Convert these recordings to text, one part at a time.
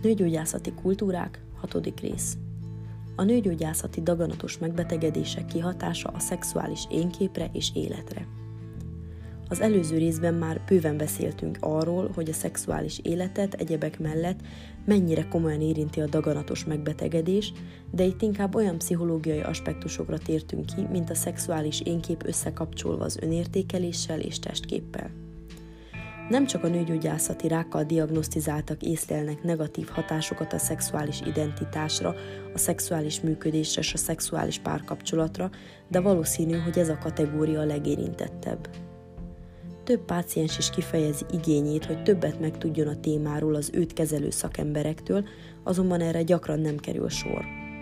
Nőgyógyászati kultúrák, 6. rész. A nőgyógyászati daganatos megbetegedések kihatása a szexuális énképre és életre. Az előző részben már bőven beszéltünk arról, hogy a szexuális életet egyebek mellett mennyire komolyan érinti a daganatos megbetegedés, de itt inkább olyan pszichológiai aspektusokra tértünk ki, mint a szexuális énkép összekapcsolva az önértékeléssel és testképpel. Nem csak a nőgyógyászati rákkal diagnosztizáltak észlelnek negatív hatásokat a szexuális identitásra, a szexuális működésre és a szexuális párkapcsolatra, de valószínű, hogy ez a kategória a legérintettebb. Több páciens is kifejezi igényét, hogy többet megtudjon a témáról az őt kezelő szakemberektől, azonban erre gyakran nem kerül sor.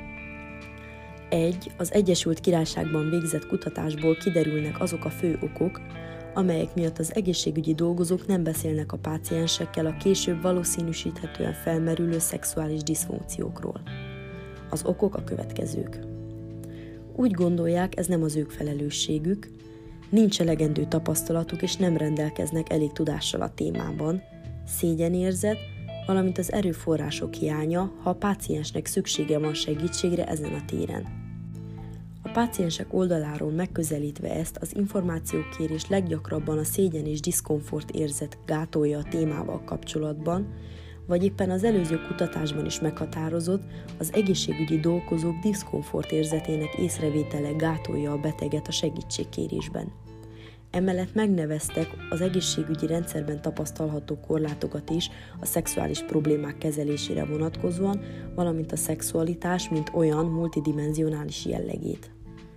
Az Egyesült Királyságban végzett kutatásból kiderülnek azok a fő okok, amelyek miatt az egészségügyi dolgozók nem beszélnek a páciensekkel a később valószínűsíthetően felmerülő szexuális diszfunkciókról. Az okok a következők. Úgy gondolják, ez nem az ők felelősségük, nincs elegendő tapasztalatuk és nem rendelkeznek elég tudással a témában, szégyenérzet, valamint az erőforrások hiánya, ha a páciensnek szüksége van segítségre ezen a téren. A páciensek oldaláról megközelítve ezt, az információkérés leggyakrabban a szégyen és diszkomfort érzet gátolja a témával kapcsolatban, vagy éppen az előző kutatásban is meghatározott, az egészségügyi dolgozók diszkomfort érzetének észrevétele gátolja a beteget a segítségkérésben. Emellett megneveztek az egészségügyi rendszerben tapasztalható korlátokat is a szexuális problémák kezelésére vonatkozóan, valamint a szexualitás, mint olyan multidimenzionális jellegét.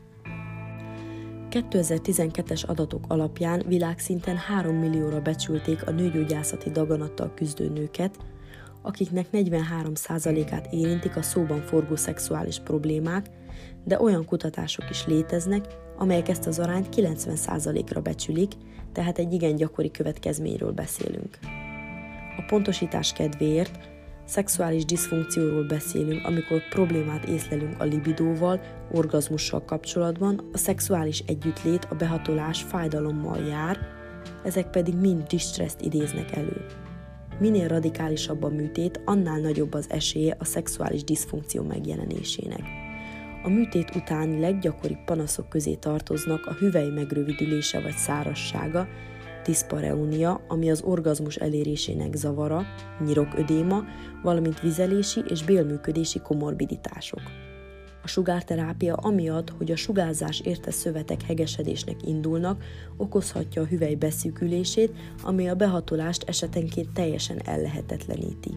2012-es adatok alapján világszinten 3 millióra becsülték a nőgyógyászati daganattal küzdő nőket, akiknek 43%-át érintik a szóban forgó szexuális problémák, de olyan kutatások is léteznek, amelyek ezt az arányt 90%-ra becsülik, tehát egy igen gyakori következményről beszélünk. A pontosítás kedvéért szexuális diszfunkcióról beszélünk, amikor problémát észlelünk a libidóval, orgazmussal kapcsolatban, a szexuális együttlét, a behatolás fájdalommal jár, ezek pedig mind distresszt idéznek elő. Minél radikálisabb a műtét, annál nagyobb az esélye a szexuális diszfunkció megjelenésének. A műtét utáni leggyakoribb panaszok közé tartoznak a hüvely megrövidülése vagy szárazsága, diszpareunia, ami az orgazmus elérésének zavara, nyiroködéma, valamint vizelési és bélműködési komorbiditások. A sugárterápia amiatt, hogy a sugárzás érte szövetek hegesedésnek indulnak, okozhatja a hüvely beszűkülését, ami a behatolást esetenként teljesen ellehetetleníti.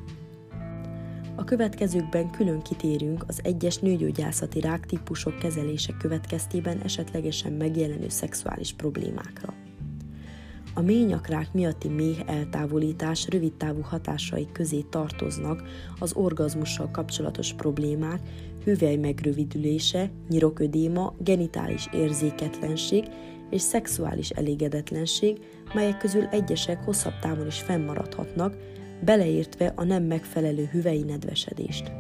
A következőkben külön kitérünk az egyes nőgyógyászati ráktípusok kezelése következtében esetlegesen megjelenő szexuális problémákra. A mélynyakrák miatti méh eltávolítás rövidtávú hatásai közé tartoznak az orgazmussal kapcsolatos problémák, hüvely megrövidülése, nyiroködéma, genitális érzéketlenség és szexuális elégedetlenség, melyek közül egyesek hosszabb távon is fennmaradhatnak, beleértve a nem megfelelő hüvelyi nedvesedést.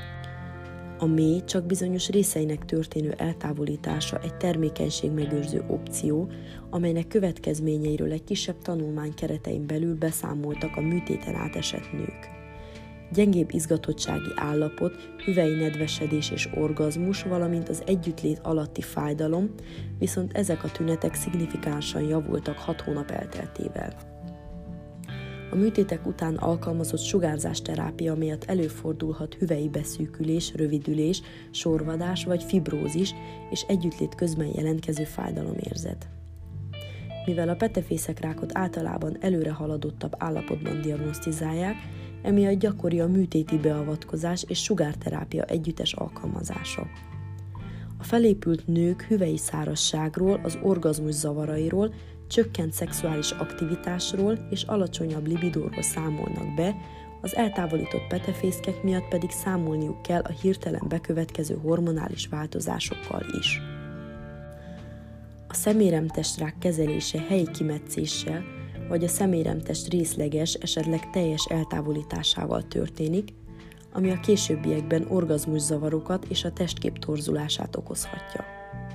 A méh csak bizonyos részeinek történő eltávolítása egy termékenységmegőrző opció, amelynek következményeiről egy kisebb tanulmány keretein belül beszámoltak a műtéten átesett nők. Gyengébb izgatottsági állapot, hüvelyi nedvesedés és orgazmus, valamint az együttlét alatti fájdalom, viszont ezek a tünetek szignifikánsan javultak 6 hónap elteltével. A műtétek után alkalmazott sugárzásterápia miatt előfordulhat hüvelyi beszűkülés, rövidülés, sorvadás vagy fibrózis és együttlét közben jelentkező fájdalomérzet. Mivel a petefészekrákot általában előre haladottabb állapotban diagnosztizálják, emiatt gyakori a műtéti beavatkozás és sugárterápia együttes alkalmazása. A felépült nők hüvelyi szárazságról, az orgazmus zavarairól, csökkent szexuális aktivitásról és alacsonyabb libidóról számolnak be, az eltávolított petefészkek miatt pedig számolniuk kell a hirtelen bekövetkező hormonális változásokkal is. A szeméremtestrák kezelése helyi kimetszéssel vagy a szeméremtest részleges, esetleg teljes eltávolításával történik, ami a későbbiekben orgazmuszavarokat és a testkép torzulását okozhatja.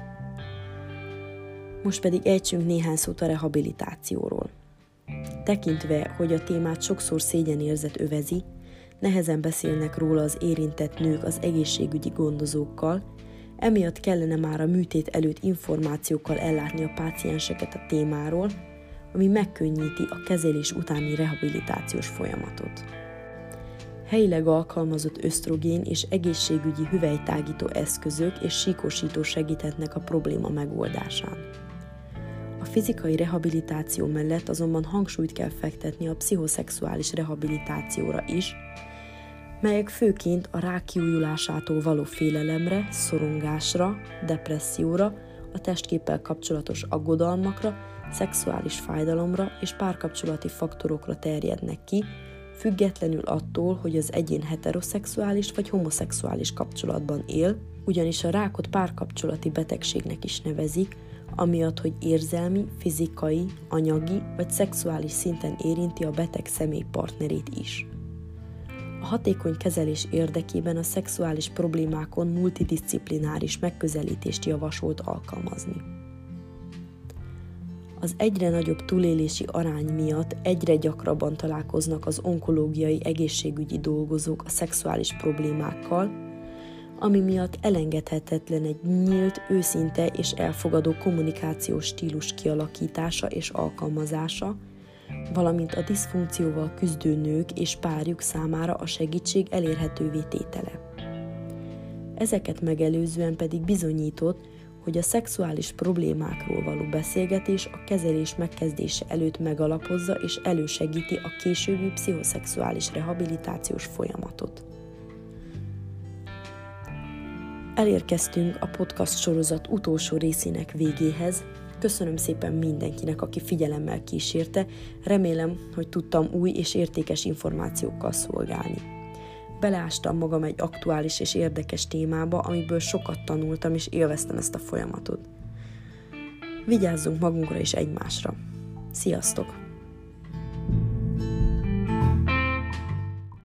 Most pedig ejtsünk néhány szót a rehabilitációról. Tekintve, hogy a témát sokszor szégyenérzet övezi, nehezen beszélnek róla az érintett nők az egészségügyi gondozókkal, emiatt kellene már a műtét előtt információkkal ellátni a pácienseket a témáról, ami megkönnyíti a kezelés utáni rehabilitációs folyamatot. Helyileg alkalmazott ösztrogén és egészségügyi hüvelytágító eszközök és síkosító segíthetnek a probléma megoldásán. A fizikai rehabilitáció mellett azonban hangsúlyt kell fektetni a pszichoszexuális rehabilitációra is, melyek főként a rák kiújulásától való félelemre, szorongásra, depresszióra, a testképpel kapcsolatos aggodalmakra, szexuális fájdalomra és párkapcsolati faktorokra terjednek ki, függetlenül attól, hogy az egyén heteroszexuális vagy homoszexuális kapcsolatban él, ugyanis a rákot párkapcsolati betegségnek is nevezik, amiatt, hogy érzelmi, fizikai, anyagi vagy szexuális szinten érinti a beteg személy partnerét is. A hatékony kezelés érdekében a szexuális problémákon multidisciplináris megközelítést javasolt alkalmazni. Az egyre nagyobb túlélési arány miatt egyre gyakrabban találkoznak az onkológiai egészségügyi dolgozók a szexuális problémákkal, ami miatt elengedhetetlen egy nyílt, őszinte és elfogadó kommunikációs stílus kialakítása és alkalmazása, valamint a diszfunkcióval küzdő nők és párjuk számára a segítség elérhetővé tétele. Ezeket megelőzően pedig bizonyított, hogy a szexuális problémákról való beszélgetés a kezelés megkezdése előtt megalapozza és elősegíti a későbbi pszichoszexuális rehabilitációs folyamatot. Elérkeztünk a podcast sorozat utolsó részének végéhez. Köszönöm szépen mindenkinek, aki figyelemmel kísérte, remélem, hogy tudtam új és értékes információkkal szolgálni. Beleástam magam egy aktuális és érdekes témába, amiből sokat tanultam és élveztem ezt a folyamatot. Vigyázzunk magunkra és egymásra. Sziasztok!